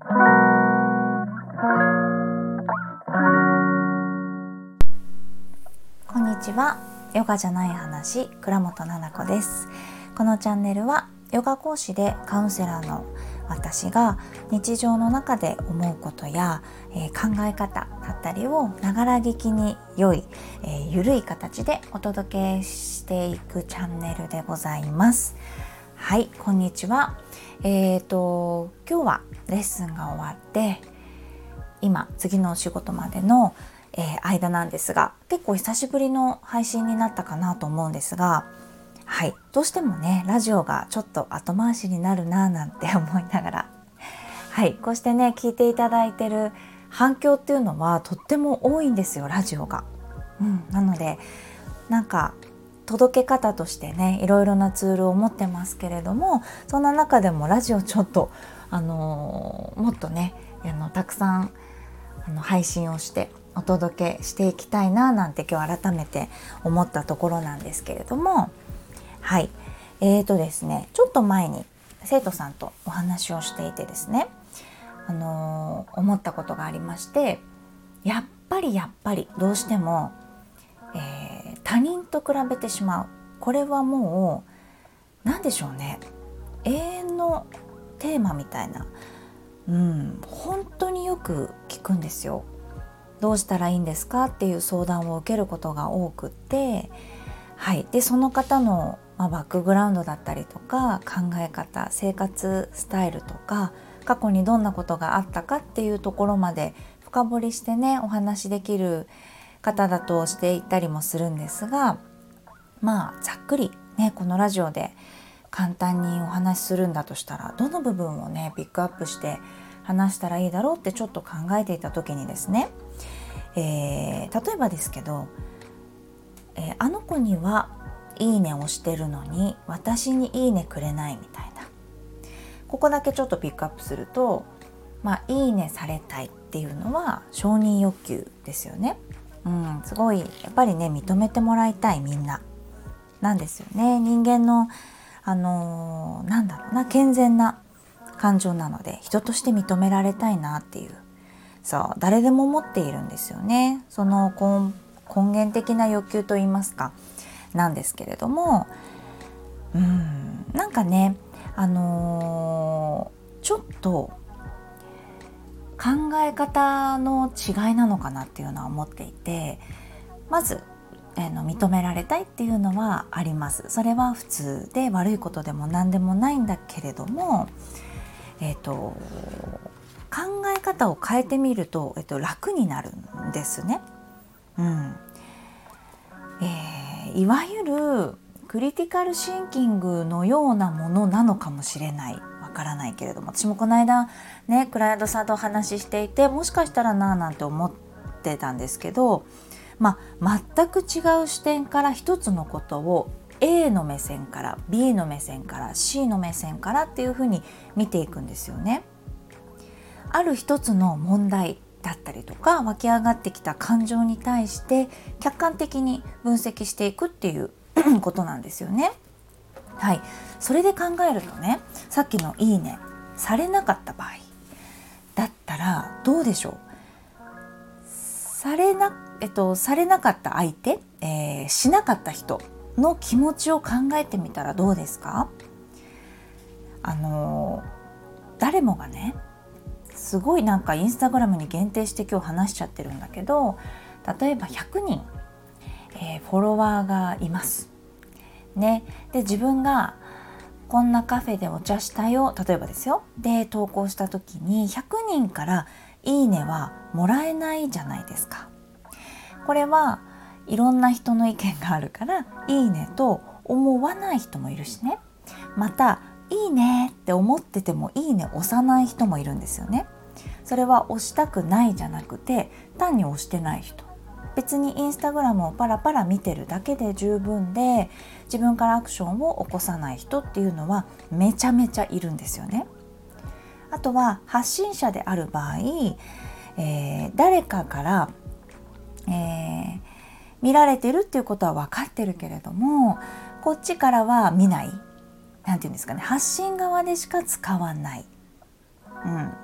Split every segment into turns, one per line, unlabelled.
こんにちは。ヨガじゃない話、倉本々子です。このチャンネルはヨガ講師でカウンセラーの私が日常の中で思うことや、考え方だったりをながら聞きに良い、ゆるい形でお届けしていくチャンネルでございます。はい、こんにちは。今日はレッスンが終わって今次のお仕事までの間なんですが、結構久しぶりの配信になったかなと思うんですが、はい、どうしてもねラジオがちょっと後回しになるななんて思いながら、はい、こうしてね聞いていただいてる反響っていうのはとっても多いんですよ、ラジオが。なのでなんか届け方としてねいろいろなツールを持ってますけれども、そんな中でもラジオちょっともっとねたくさん配信をしてお届けしていきたいななんて今日改めて思ったところなんですけれども、はい、ですね、ちょっと前に生徒さんとお話をしていてですね、思ったことがありまして、やっぱりどうしても、他人と比べてしまう。これはもう何でしょうね、永遠のテーマみたいな、本当によく聞くんですよ。どうしたらいいんですかっていう相談を受けることが多くって、はい、でその方の、バックグラウンドだったりとか考え方、生活スタイルとか過去にどんなことがあったかっていうところまで深掘りしてねお話できる方だとしていたりもするんですが、ざっくりねこのラジオで簡単にお話しするんだとしたらどの部分をねピックアップして話したらいいだろうってちょっと考えていた時にですね、例えばですけど、あの子にはいいねをしてるのに私にいいねくれないみたいな、ここだけちょっとピックアップすると、いいねされたいっていうのは承認欲求ですよね。すごいやっぱりね認めてもらいたいみんななんですよね。人間の健全な感情なので、人として認められたいなっていう、そう誰でも持っているんですよね。その根源的な欲求といいますかなんですけれども、なんかねちょっと考え方の違いなのかなっていうのは思っていて、まず認められたいっていうのはあります。それは普通で悪いことでも何でもないんだけれども、考え方を変えてみると、楽になるんですね。いわゆるクリティカルシンキングのようなものなのかもしれない、わからないけれども、私もこの間ねクライアントさんとお話ししていて、もしかしたらななんて思ってたんですけど、全く違う視点から一つのことを A の目線から B の目線から C の目線からっていうふうに見ていくんですよね。ある一つの問題だったりとか湧き上がってきた感情に対して客観的に分析していくっていうことなんですよね。はい、それで考えるとね、さっきのいいねされなかった場合だったらどうでしょう。されなかった相手、しなかった人の気持ちを考えてみたらどうですか。誰もがねすごいインスタグラムに限定して今日話しちゃってるんだけど、例えば100人、フォロワーがいますね。で自分がこんなカフェでお茶したよ、例えばですよ、で投稿した時に100人からいいねはもらえないじゃないですか。これはいろんな人の意見があるからいいねと思わない人もいるしね、またいいねって思っててもいいね押さない人もいるんですよね。それは押したくないじゃなくて単に押してない人、別にインスタグラムをパラパラ見てるだけで十分で自分からアクションを起こさない人っていうのはめちゃめちゃいるんですよね。あとは発信者である場合、誰かから、見られてるっていうことは分かってるけれども、こっちからは見ない、なんていうんですかね、発信側でしか使わない、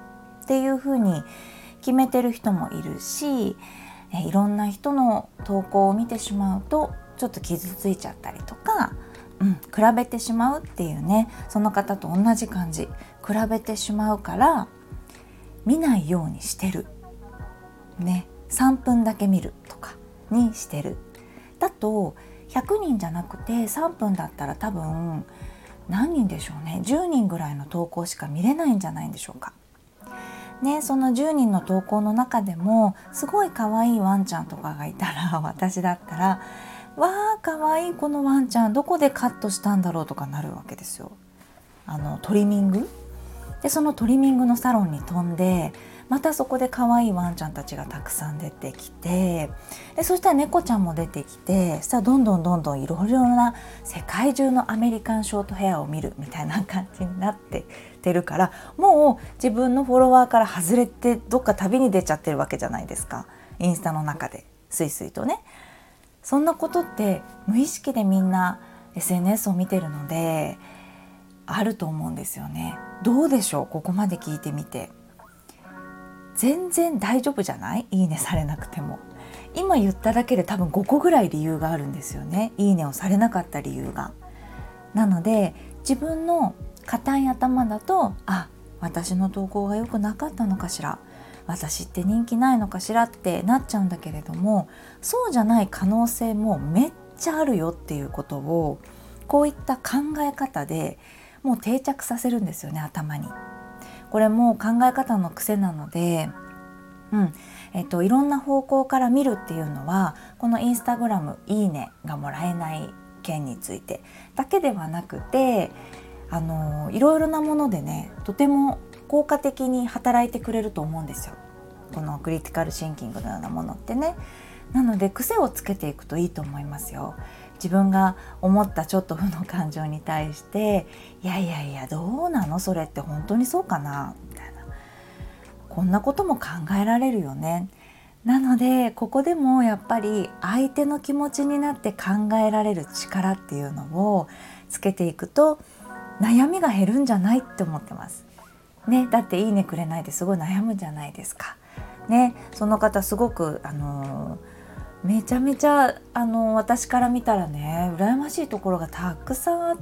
っていう風に決めてる人もいるし、いろんな人の投稿を見てしまうとちょっと傷ついちゃったりとか、比べてしまうっていうね、その方と同じ感じ、比べてしまうから見ないようにしてるね、3分だけ見るとかにしてる。だと100人じゃなくて3分だったら多分何人でしょうね、10人ぐらいの投稿しか見れないんじゃないんでしょうかね。その10人の投稿の中でもすごい可愛いワンちゃんとかがいたら、私だったらわー可愛いこのワンちゃんどこでカットしたんだろうとかなるわけですよ。トリミングで、そのトリミングのサロンに飛んで、またそこで可愛いワンちゃんたちがたくさん出てきて、でそしたら猫ちゃんも出てきて、さあどんどんいろいろな世界中のアメリカンショートヘアを見るみたいな感じになっててるから、もう自分のフォロワーから外れてどっか旅に出ちゃってるわけじゃないですか、インスタの中でスイスイとね。そんなことって無意識でみんな SNS を見てるのであると思うんですよね。どうでしょう、ここまで聞いてみて。全然大丈夫じゃない？いいねされなくても。今言っただけで多分5個ぐらい理由があるんですよね、いいねをされなかった理由が。なので自分の固い頭だと、私の投稿が良くなかったのかしら、私って人気ないのかしらってなっちゃうんだけれども、そうじゃない可能性もめっちゃあるよっていうことを、こういった考え方でもう定着させるんですよね、頭に。これも考え方の癖なので、いろんな方向から見るっていうのは、このインスタグラムいいねがもらえない件についてだけではなくて、いろいろなものでね、とても効果的に働いてくれると思うんですよ、このクリティカルシンキングのようなものってね。なので癖をつけていくといいと思いますよ。自分が思ったちょっと負の感情に対して、いやどうなのそれって本当にそうかなみたいな、こんなことも考えられるよね。なのでここでもやっぱり相手の気持ちになって考えられる力っていうのをつけていくと悩みが減るんじゃないって思ってますね。だっていいねくれないですごい悩むじゃないですかね。その方すごくめちゃめちゃ私から見たらね、羨ましいところがたくさんあって、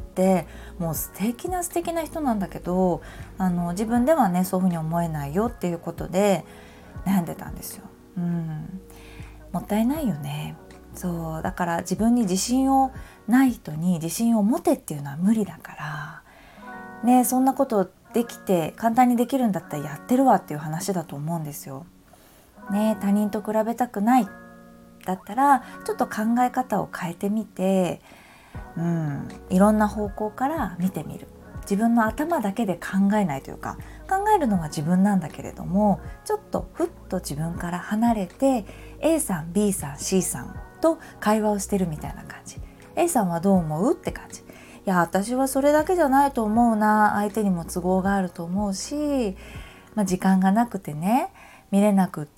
もう素敵な人なんだけど、自分ではねそういうふうに思えないよっていうことで悩んでたんですよ。もったいないよね。そうだから自分に自信をない人に自信を持てっていうのは無理だからね。そんなことできて簡単にできるんだったらやってるわっていう話だと思うんですよね。他人と比べたくないだったらちょっと考え方を変えてみて、いろんな方向から見てみる。自分の頭だけで考えないというか、考えるのは自分なんだけれども、ちょっとふっと自分から離れて A さん B さん C さんと会話をしてるみたいな感じ。 A さんはどう思うって感じ。いや私はそれだけじゃないと思うな、相手にも都合があると思うし、時間がなくてね見れなくって、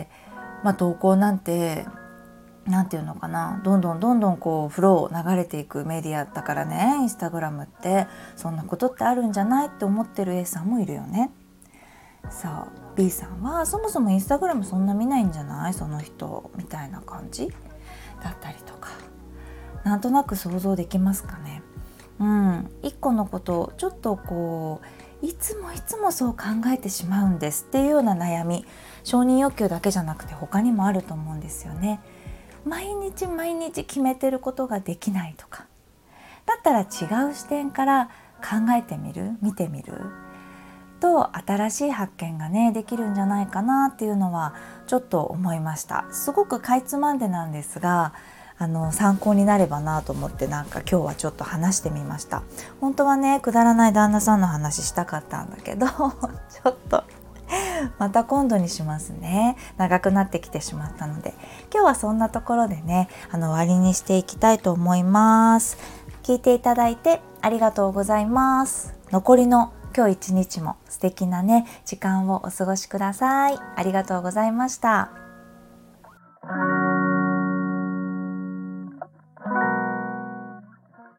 投稿なんてなんていうのかな、どんどんこうフロー流れていくメディアだからね、インスタグラムってそんなことってあるんじゃないって思ってる A さんもいるよね。そう B さんはそもそもインスタグラムそんな見ないんじゃないその人みたいな感じだったりとか、なんとなく想像できますかね。一個のことをちょっとこういつもそう考えてしまうんですっていうような悩み、承認欲求だけじゃなくて他にもあると思うんですよね。毎日決めてることができないとかだったら、違う視点から考えてみる、見てみると新しい発見がねできるんじゃないかなっていうのはちょっと思いました。すごくかいつまんでなんですが参考になればなと思って、今日はちょっと話してみました。本当はねくだらない旦那さんの話したかったんだけどちょっとまた今度にしますね。長くなってきてしまったので、今日はそんなところでね終わりにしていきたいと思います。聞いていただいてありがとうございます。残りの今日一日も素敵なね時間をお過ごしください。ありがとうございました。